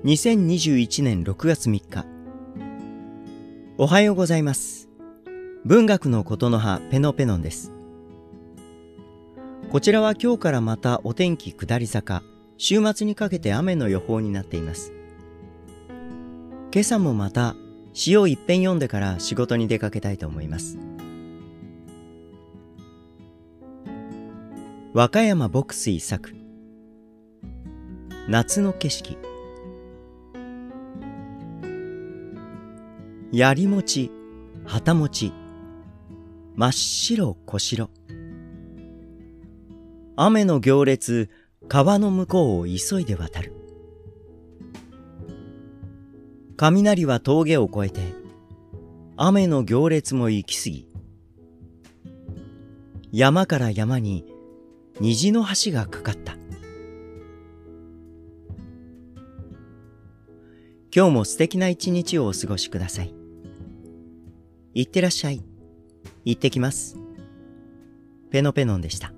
2021年6月3日。おはようございます。文学のことの葉ペノペノンです。こちらは今日からまたお天気下り坂、週末にかけて雨の予報になっています。今朝もまた詩を一遍読んでから仕事に出かけたいと思います。和歌山牧水作夏の景色。槍持ち、旗持ち、真っ白小白。雨の行列、川の向こうを急いで渡る。雷は峠を越えて、雨の行列も行き過ぎ、山から山に虹の橋がかかった。今日も素敵な一日をお過ごしください。いってらっしゃい。行ってきます。ペノペノンでした。